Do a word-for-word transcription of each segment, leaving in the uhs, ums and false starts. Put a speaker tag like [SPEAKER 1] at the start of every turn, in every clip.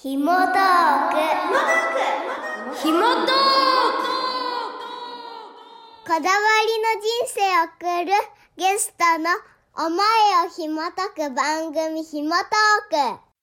[SPEAKER 1] ひもトークひもトークこだわりの人生を送るゲストの思いをひもとく番組ひもトーク。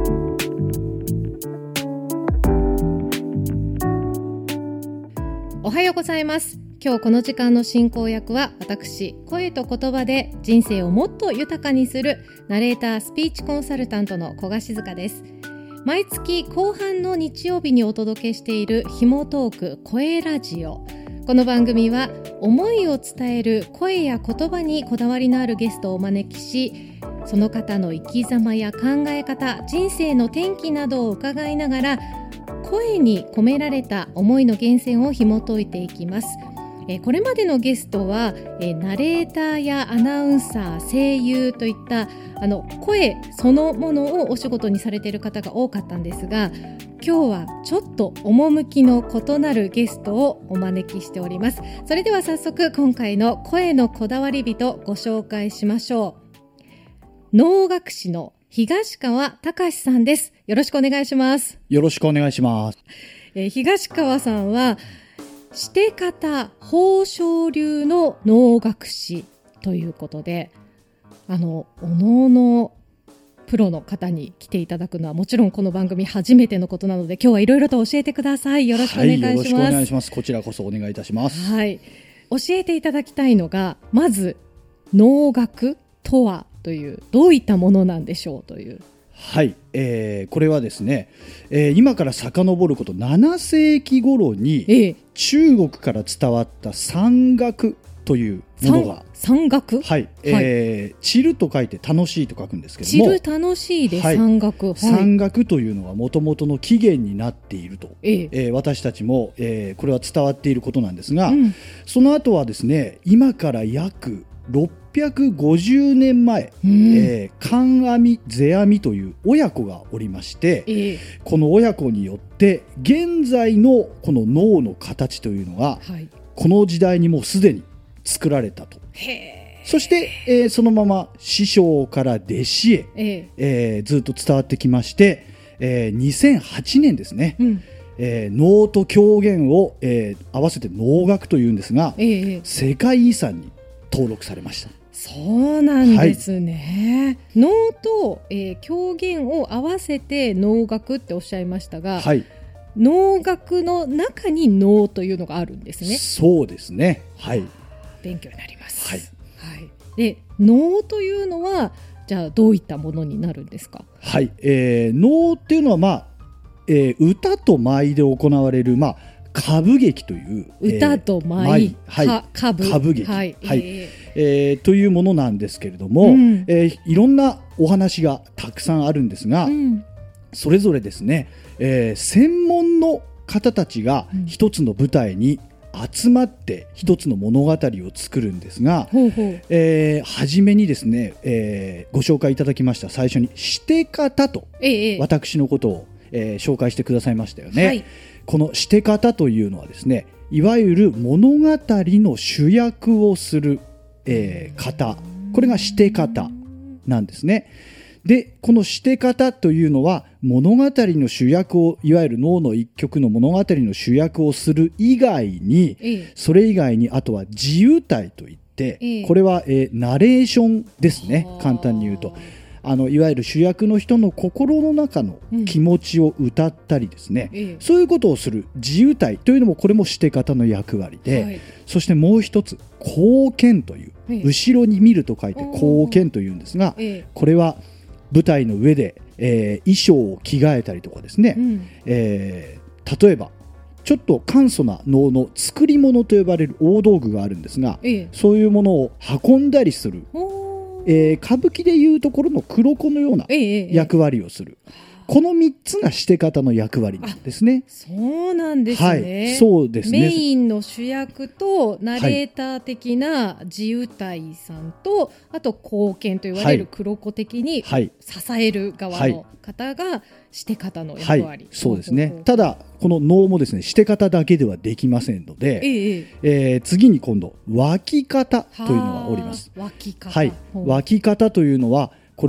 [SPEAKER 2] おはようございます。今日この時間の進行役は私、声と言葉で人生をもっと豊かにするナレータースピーチコンサルタントの古賀静香です。毎月後半の日曜日にお届けしているひもトーク声ラジオ。この番組は思いを伝える声や言葉にこだわりのあるゲストをお招きし、その方の生き様や考え方、人生の転機などを伺いながら声に込められた思いの源泉を紐解いていきます。えー、これまでのゲストは、えー、ナレーターやアナウンサー、声優といったあの声そのものをお仕事にされている方が多かったんですが、今日はちょっと趣の異なるゲストをお招きしております。それでは早速今回の声のこだわり人ご紹介しましょう。能楽師の東川隆さんです。よろしくお願いします。
[SPEAKER 3] よろしくお願いします。
[SPEAKER 2] えー、東川さんはして方宝生流の能楽師ということで、あのお能のプロの方に来ていただくのはもちろんこの番組初めてのことなので、今日はいろいろと教えてください。よろしくお願いします。はい、よろしくお願いします。
[SPEAKER 3] こちらこそお願いいたします。
[SPEAKER 2] はい、教えていただきたいのが、まず能楽とはという、どういったものなんでしょうという。
[SPEAKER 3] はい、えー、これはですね、えー、今から遡ることななせいき頃に、ええ、中国から伝わった山楽というものが、
[SPEAKER 2] 山楽、
[SPEAKER 3] はい、えー、散ると書いて楽しいと書くんですけども、
[SPEAKER 2] 散る楽しいで山楽、はい、
[SPEAKER 3] 山楽というのがもともとの起源になっていると、えええー、私たちも、えー、これは伝わっていることなんですが、うん、その後はですね、今から約ろっぴゃくごじゅうねんまえ、うんえー、観阿弥世阿弥という親子がおりまして、えー、この親子によって現在のこの能の形というのが、はい、この時代にもうすでに作られたと。へー。そして、えー、そのまま師匠から弟子へ、えーえー、ずっと伝わってきまして、えー、にせんはちねんですね、うんえー、能と狂言を、えー、合わせて能楽というんですが、えー、世界遺産に登録されました。
[SPEAKER 2] そうなんですね。はい、能と、えー、狂言を合わせて能楽っておっしゃいましたが、はい、能楽の中に能というのがあるんですね。
[SPEAKER 3] そうですね。はい。
[SPEAKER 2] 勉強になります。はい。はい、で、能というのはじゃあどういったものになるんですか。
[SPEAKER 3] はい。えー、能っていうのはまあ、えー、歌と舞で行われるまあ歌舞劇という、
[SPEAKER 2] 歌と舞、
[SPEAKER 3] えーはい、
[SPEAKER 2] 歌舞、
[SPEAKER 3] 歌舞劇、
[SPEAKER 2] はい
[SPEAKER 3] はいえーえー、というものなんですけれども、うんえー、いろんなお話がたくさんあるんですが、うん、それぞれですね、えー、専門の方たちが一つの舞台に集まって一つの物語を作るんですが、うんえー、初めにですね、えー、ご紹介いただきました最初にして方と、ええ、私のことを、えー、紹介してくださいましたよね。はいこのして方というのはですね、いわゆる物語の主役をする、えー、方、これがして方なんですね。で、このして方というのは物語の主役を、いわゆる能の一曲の物語の主役をする以外に、ええ、それ以外にあとは自由体といって、ええ、これは、えー、ナレーションですね。簡単に言うと。あのいわゆる主役の人の心の中の気持ちを歌ったりですね、うん、そういうことをする自由体というのもこれもして方の役割で、はい、そしてもう一つ後見という、ええ、後ろに見ると書いて後見というんですが、ええ、これは舞台の上で、えー、衣装を着替えたりとかですね、うんえー、例えばちょっと簡素な能の作り物と呼ばれる大道具があるんですが、ええ、そういうものを運んだりするえー、歌舞伎でいうところの黒子のような役割をする、ええええ、このみっつがして方の役割なんですね。
[SPEAKER 2] そうなんですね、
[SPEAKER 3] はい、そうですね。
[SPEAKER 2] メインの主役とナレーター的な自由体さんと、はい、あと後見と言われる黒子的に支える側の方がして方の役割、はいはい、
[SPEAKER 3] そうですね。ただこの能もですね、して方だけではできませんので、えええー、次に今度脇方というのがおります。
[SPEAKER 2] 脇方、
[SPEAKER 3] はい、脇方というのはこれは、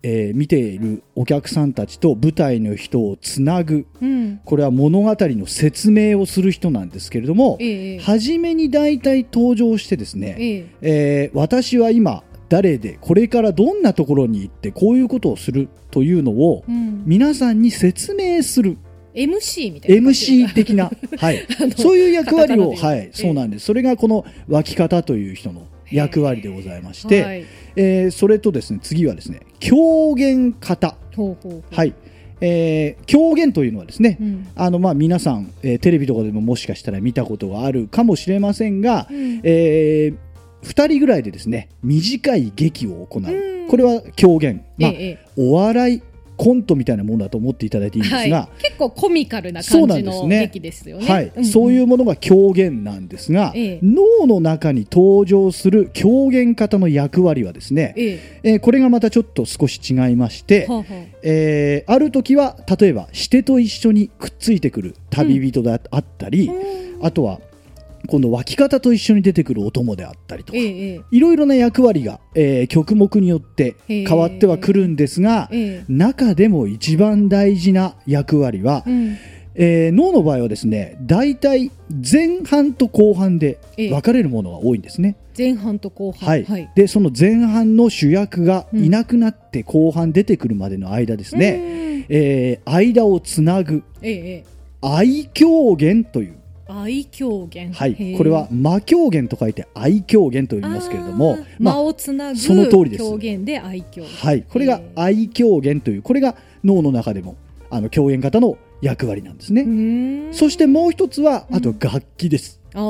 [SPEAKER 3] えー、見ているお客さんたちと舞台の人をつなぐ、うん、これは物語の説明をする人なんですけれども、ええ、初めに大体登場してですね、えええー、私は今誰でこれからどんなところに行ってこういうことをするというのを皆さんに説明する、
[SPEAKER 2] エムシー みたいな
[SPEAKER 3] エムシー 的な、はい、そういう役割を、はい、そうなんです。それがこの脇方という人の役割でございまして、はい、えー、それとですね、次はですね、狂言方。ほうほうほう、はい、えー、狂言というのはですね、うん、あのまあ皆さん、えー、テレビとかでももしかしたら見たことがあるかもしれませんが、うん、えー、ふたりぐらいでですね短い劇を行う、うん、これは狂言、まあええ、お笑いコントみたいなものだと思っていただいていいんですが、はい、
[SPEAKER 2] 結構コミカルな感じの劇ですよね。
[SPEAKER 3] はい、うんうん、そういうものが狂言なんですが、ええ、能の中に登場する狂言方の役割はですね、えええー、これがまたちょっと少し違いまして、はあはあ、えー、ある時は例えばシテと一緒にくっついてくる旅人であったり、うん、あとは今度脇方と一緒に出てくるお供であったりとか、ええ、いろいろな役割が、えー、曲目によって変わってはくるんですが、ええ、中でも一番大事な役割は、うん、えー、能の場合はですね、大体前半と後半で分かれるものが多いんですね。
[SPEAKER 2] 前半と後半、
[SPEAKER 3] はいはい、でその前半の主役がいなくなって後半出てくるまでの間ですね、うん、えー、間をつなぐ、ええ、愛狂言という
[SPEAKER 2] 愛狂言、
[SPEAKER 3] はい、これは魔狂言と書いて愛狂言と言いますけれども、
[SPEAKER 2] まあ、魔をつなぐ
[SPEAKER 3] その通りです。
[SPEAKER 2] 狂言で愛狂言、
[SPEAKER 3] はい、これが愛狂言という、これが能の中でもあの狂言方の役割なんですね。そしてもう一つはあと楽器です、うん、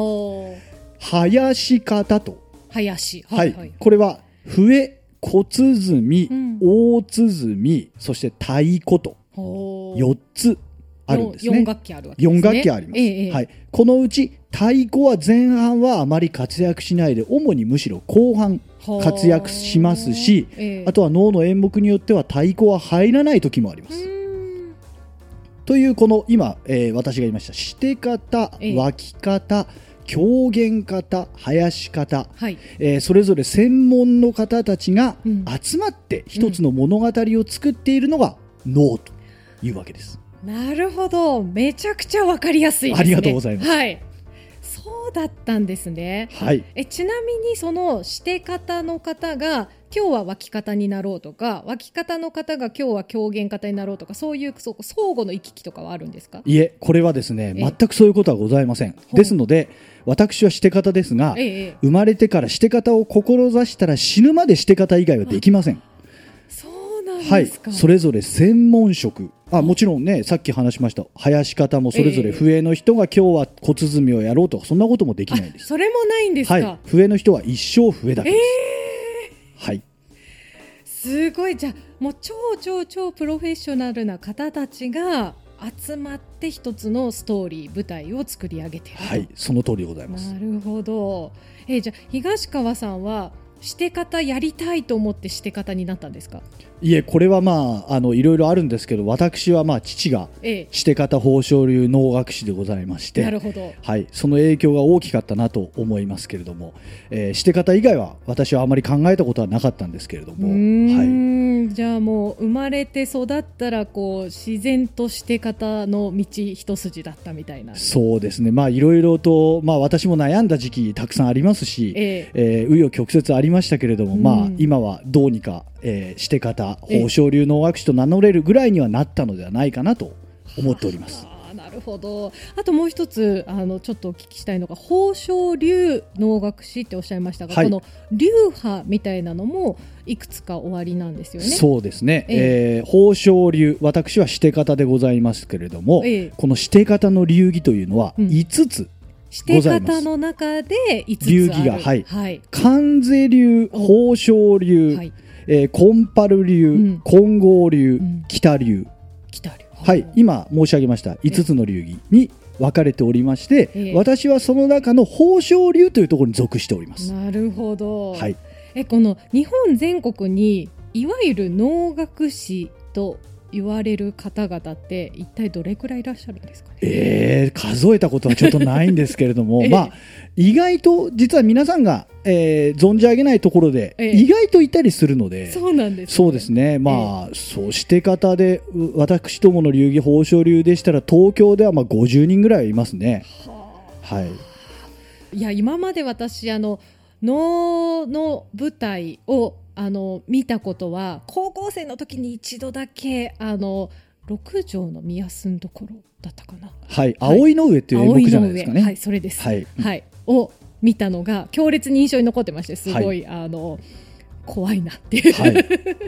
[SPEAKER 3] 囃子方と
[SPEAKER 2] 囃子、
[SPEAKER 3] はいはい、これは笛、小鼓、うん、大鼓、そして太鼓とよっつあるんですね。
[SPEAKER 2] よん楽器あるわけですね。
[SPEAKER 3] よん楽器あります、ええ、はい、このうち太鼓は前半はあまり活躍しないで、主にむしろ後半活躍しますし、ええ、あとは能の演目によっては太鼓は入らない時もあります。というこの今、えー、私が言いましたシテ方、脇方、狂言方、囃子方、はい、えー、それぞれ専門の方たちが集まって一つの物語を作っているのが能というわけです。
[SPEAKER 2] なるほど、めちゃくちゃわかりやすいですね。
[SPEAKER 3] ありがとうございます、
[SPEAKER 2] はい、そうだったんですね、はい、えちなみにそのして方の方が今日は脇方になろうとか、脇方の方が今日は狂言方になろうとか、そういう相互の行き来とかはあるんですか？
[SPEAKER 3] いえ、これはですね、全くそういうことはございません。ですので私はして方ですが、ええ、生まれてからして方を志したら死ぬまでして方以外はできません。
[SPEAKER 2] そうなんですか？
[SPEAKER 3] はい、それぞれ専門職、あ、もちろんね、さっき話しました囃子方もそれぞれ笛の人が今日は小鼓をやろうとか、そんなこともできないんです。
[SPEAKER 2] それもないんですか？
[SPEAKER 3] はい、笛の人は一生笛だけです、えー、はい、
[SPEAKER 2] すごい。じゃあもう超超超プロフェッショナルな方たちが集まって一つのストーリー、舞台を作り上げていると。
[SPEAKER 3] はい、その通りでございます。
[SPEAKER 2] なるほど、えー、じゃあ東川さんはして方やりたいと思ってして方になったんですか？
[SPEAKER 3] いえ、これはまあ、あのいろいろあるんですけど、私はまあ父がして方宝生流能楽師でございまして、
[SPEAKER 2] なるほど、
[SPEAKER 3] はい、その影響が大きかったなと思いますけれども、えー、して方以外は私はあまり考えたことはなかったんですけれども、
[SPEAKER 2] うーん、はい、じゃあもう生まれて育ったらこう自然として方の道一筋だったみたいな。
[SPEAKER 3] そうですね、まあいろいろと、まあ、私も悩んだ時期たくさんありますし、えーえー、紆余曲折ありましたけれども、まあ、今はどうにか、えー、して方宝生流能楽師と名乗れるぐらいにはなったのではないかなと思っております。
[SPEAKER 2] あ、なるほど。あともう一つあのちょっとお聞きしたいのが、宝生流能楽師っておっしゃいましたが、はい、この流派みたいなのもいくつかおありなんですよね。
[SPEAKER 3] そうですね、えーえー、宝生流、私はして方でございますけれども、えー、このして方の流儀というのはいつつ、うん、
[SPEAKER 2] して方の中でいつつある
[SPEAKER 3] 流儀が、はいはい、観世流、宝生流、はい、えー、金春流、うん、金剛流、うん、北流、
[SPEAKER 2] 北流、
[SPEAKER 3] はい、今申し上げましたいつつの流儀に分かれておりまして、えー、私はその中の宝生流というところに属しております。
[SPEAKER 2] なるほど、
[SPEAKER 3] はい、
[SPEAKER 2] えこの日本全国にいわゆる能楽師と言われる方々って一体どれくらいいらっしゃるんですかね。
[SPEAKER 3] えー、数えたことはちょっとないんですけれども、
[SPEAKER 2] ええ、
[SPEAKER 3] まあ、意外と実は皆さんが、えー、存じ上げないところで、ええ、意外といたりするので。
[SPEAKER 2] そうなんですね。
[SPEAKER 3] そうですね、まあ、ええ、そして方で私どもの流儀宝生流でしたら東京ではまあごじゅうにんぐらいいますね。はあ、はい、
[SPEAKER 2] いや今まで私あの能の舞台をあの見たことは高校生の時に一度だけあの六条の宮住ところだったかな、
[SPEAKER 3] はい、葵の上っていう演目じゃないですかね。
[SPEAKER 2] はい、それです、はいはい、を見たのが強烈に印象に残ってまして、すごい、はい、あの怖いなっていう、はい、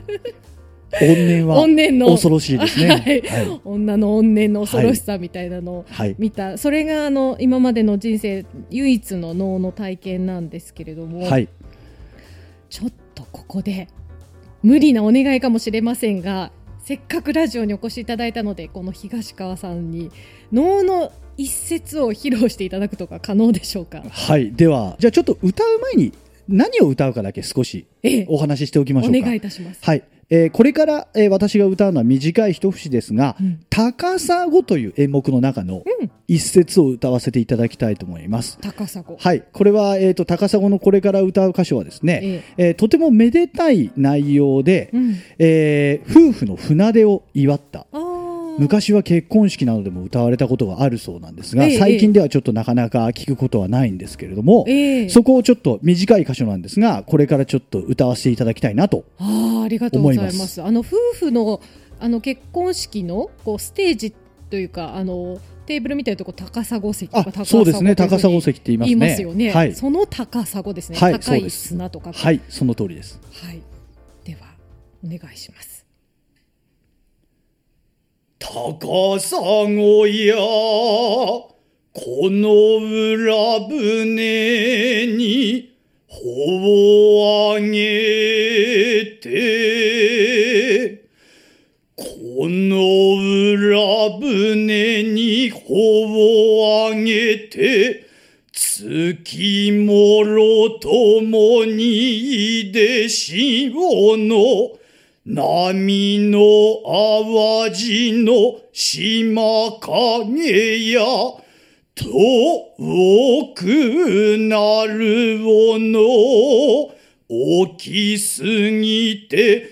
[SPEAKER 3] 怨念は恐ろしいですね、はい
[SPEAKER 2] はい、女の怨念の恐ろしさみたいなのを見た、はい、それがあの今までの人生唯一の能の体験なんですけれども、はい、ちょっとここで無理なお願いかもしれませんが、せっかくラジオにお越しいただいたので、この東川さんに能の一節を披露していただくとか可能でしょうか。
[SPEAKER 3] はい、ではじゃあちょっと歌う前に何を歌うかだけ少しお話ししておきましょうか。
[SPEAKER 2] お願いいたします。
[SPEAKER 3] はい、えー、これから、えー、私が歌うのは短い一節ですが、うん、高砂という演目の中の一節を歌わせていただきたいと思います。
[SPEAKER 2] 高砂、
[SPEAKER 3] はい、これは、えーと、高砂のこれから歌う歌詞はですね、えええー、とてもめでたい内容で、うん、えー、夫婦の船出を祝った昔は結婚式などでも歌われたことがあるそうなんですが、ええ、最近ではちょっとなかなか聞くことはないんですけれども、え、そこをちょっと短い箇所なんですが、これからちょっと歌わせていただきたいなと思います。
[SPEAKER 2] あ, ありがとうございます。あの夫婦 の, あの結婚式のこうステージというか、あのテーブルみたいなところ高砂席とか、高砂
[SPEAKER 3] そうですね、高砂席って言いますね。
[SPEAKER 2] 言いますよね、はい、その高砂ですね、はい、高い砂とか、
[SPEAKER 3] はい、その通りです、
[SPEAKER 2] はい、ではお願いします。
[SPEAKER 3] 高砂やこの裏船に帆を上げて、この裏船に帆を上げて、月もろともにいでしおの波の淡路の島影や遠くなるおの大きすぎて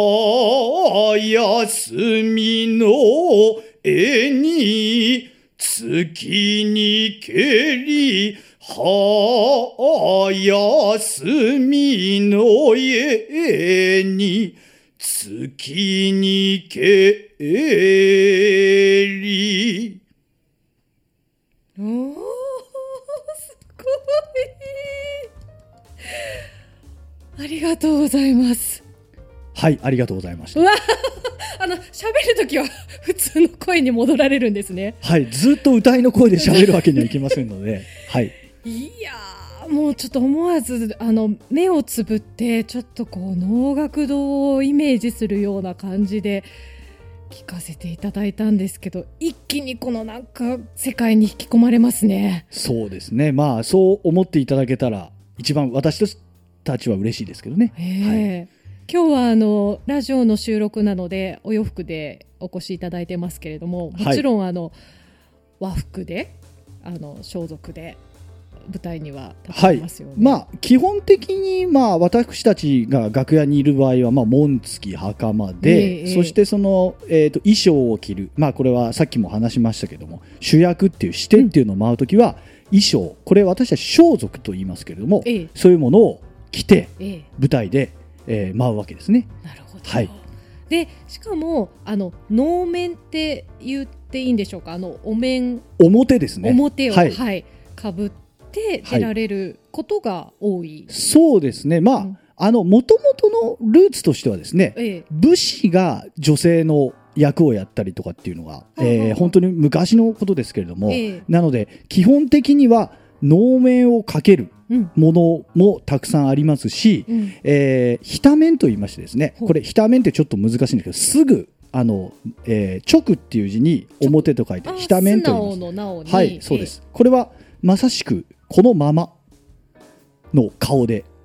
[SPEAKER 3] 早すみの絵に月にけり早すみの絵に月にけり。
[SPEAKER 2] おー、すごい。ありがとうございます。
[SPEAKER 3] はい、ありがとうございました。
[SPEAKER 2] うわあの喋るときは普通の声に戻られるんですね。
[SPEAKER 3] はい、ずっと歌いの声で喋るわけにはいきませんのではい。
[SPEAKER 2] いやもうちょっと思わずあの目をつぶってちょっとこう能楽堂をイメージするような感じで聞かせていただいたんですけど、一気にこのなんか世界に引き込まれますね。
[SPEAKER 3] そうですね、まあそう思っていただけたら一番私たちは嬉しいですけどね。
[SPEAKER 2] はい、今日はあのラジオの収録なのでお洋服でお越しいただいてますけれども、もちろんあの、はい、和服であの装束で舞台には立ってますよね。はい、ま
[SPEAKER 3] あ、基本的に、まあ、私たちが楽屋にいる場合は、まあ、紋付き袴で、えー、そしてその、えーと、衣装を着る、まあ、これはさっきも話しましたけども、主役っていう視点っていうのを舞うときは、うん、衣装、これ私たち装束と言いますけれども、えー、そういうものを着て、えー、舞台で、えー、舞うわけですね。
[SPEAKER 2] なるほど。
[SPEAKER 3] はい、
[SPEAKER 2] でしかもあの能面って言っていいんでしょうか、あのお面
[SPEAKER 3] 表ですね、
[SPEAKER 2] 表を、はいはい、かぶってで出られることが多い、
[SPEAKER 3] はい、そうですね、まあ、うん、あの元々のルーツとしてはですね、ええ、武士が女性の役をやったりとかっていうのが、えー、本当に昔のことですけれども、ええ、なので基本的には能面をかけるものもたくさんありますし、うん、えー、ひた面と言いましてですね、これひた面ってちょっと難しいんですけど、すぐあの、えー、直っていう字に表と書いてひた面と言います。
[SPEAKER 2] 素直の直に、
[SPEAKER 3] はい、そうです。これはまさしくこのままの顔で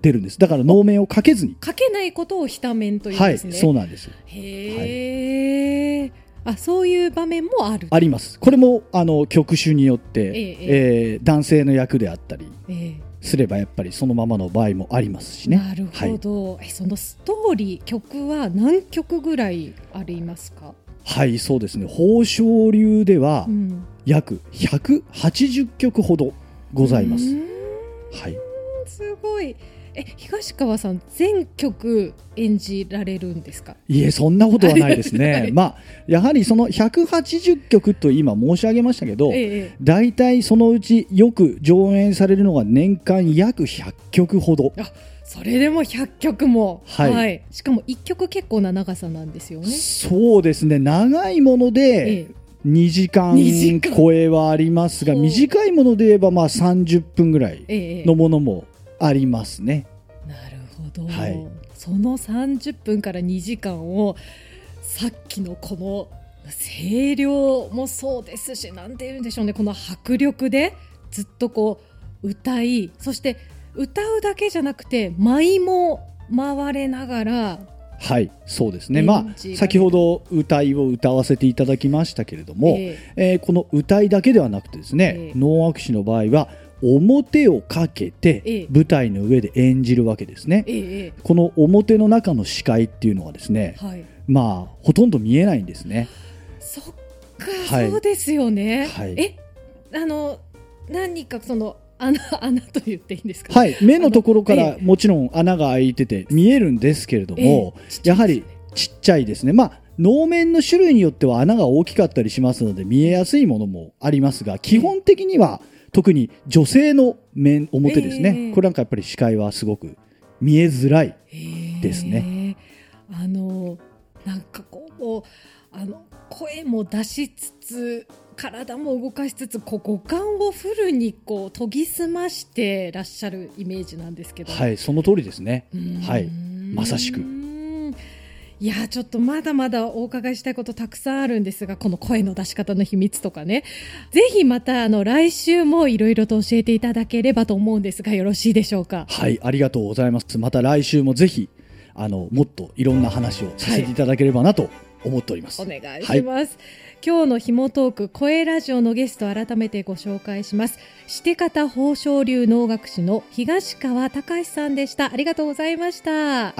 [SPEAKER 3] 出るんです。だから能面をかけずに、
[SPEAKER 2] かけないことを非多面というんですね。
[SPEAKER 3] はい、そうなんです。
[SPEAKER 2] へー、はい、あ、そういう場面もある。
[SPEAKER 3] あります。これもあの曲種によって、えーえー、男性の役であったり、えーすればやっぱりそのままの場合もありますしね。
[SPEAKER 2] なるほど、はい、そのストーリー曲は何曲ぐらいありますか？
[SPEAKER 3] はい、そうですね、宝生流では約ひゃくはちじゅっきょくほどございます。はい、
[SPEAKER 2] すごい。え、東川さん全曲演じられるんですか？
[SPEAKER 3] いえ、そんなことはないですね、はい、まあ、やはりそのひゃくはちじゅっきょくと今申し上げましたけど、ええ、だいたいそのうちよく上演されるのが年間約ひゃっきょくほど。
[SPEAKER 2] あ、それでもひゃっきょくも、はいはい、しかもいっきょく結構な長さなんですよね。
[SPEAKER 3] そうですね、長いもので、ええ、にじかん超えはありますが、短いもので言えばまあさんじゅっぷんぐらいのものもありますね。
[SPEAKER 2] ええ、なるほど、はい、そのさんじゅっぷんからにじかんをさっきのこの声量もそうですし、なんて言うんでしょうね、この迫力でずっとこう歌い、そして歌うだけじゃなくて舞も回れながら、
[SPEAKER 3] はい、そうですね、まあ、先ほど歌いを歌わせていただきましたけれども、えーえー、この歌いだけではなくてですね、えー、能楽師の場合は表をかけて舞台の上で演じるわけですね、えー、この表の中の視界っていうのはですね、はい、まあほとんど見えないんですね。
[SPEAKER 2] そっか、はい、そうですよね、はい、え、あの何かその穴, 穴と言っていいんですか、ね、
[SPEAKER 3] はい、目のところからもちろん穴が開いてて見えるんですけれども、えー、やはりちっちゃいですね。まあ能面の種類によっては穴が大きかったりしますので見えやすいものもありますが、基本的には特に女性の面表ですね、えー、これなんかやっぱり視界はすごく見えづらいですね、
[SPEAKER 2] えー、あのなんかこうあの声も出しつつ体も動かしつつ、こう五感をフルにこう研ぎ澄ましてらっしゃるイメージなんですけど。
[SPEAKER 3] はい、その通りですね。はい、まさしく。
[SPEAKER 2] いや、ちょっとまだまだお伺いしたいことたくさんあるんですが、この声の出し方の秘密とかね、ぜひまたあの来週もいろいろと教えていただければと思うんですが、よろしいでしょうか？
[SPEAKER 3] はい、ありがとうございます。また来週もぜひあのもっといろんな話をさせていただければなと思っております、
[SPEAKER 2] はい、お願いします、はい、今日のひもトーク声ラジオのゲスト、改めてご紹介します。して方宝生流能楽師の東川隆さんでした。ありがとうございました。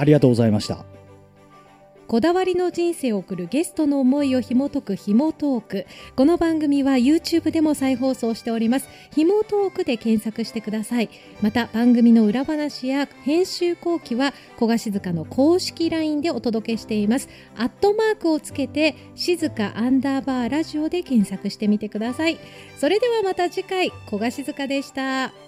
[SPEAKER 3] ありがとうございました。
[SPEAKER 2] こだわりの人生を送るゲストの思いを紐解くひもトーク。この番組は YouTube でも再放送しております。ひもトークで検索してください。また番組の裏話や編集後期は小賀静香の公式 ライン でお届けしています。アットマークをつけて静香アンダーバーラジオで検索してみてください。それではまた次回、小賀静香でした。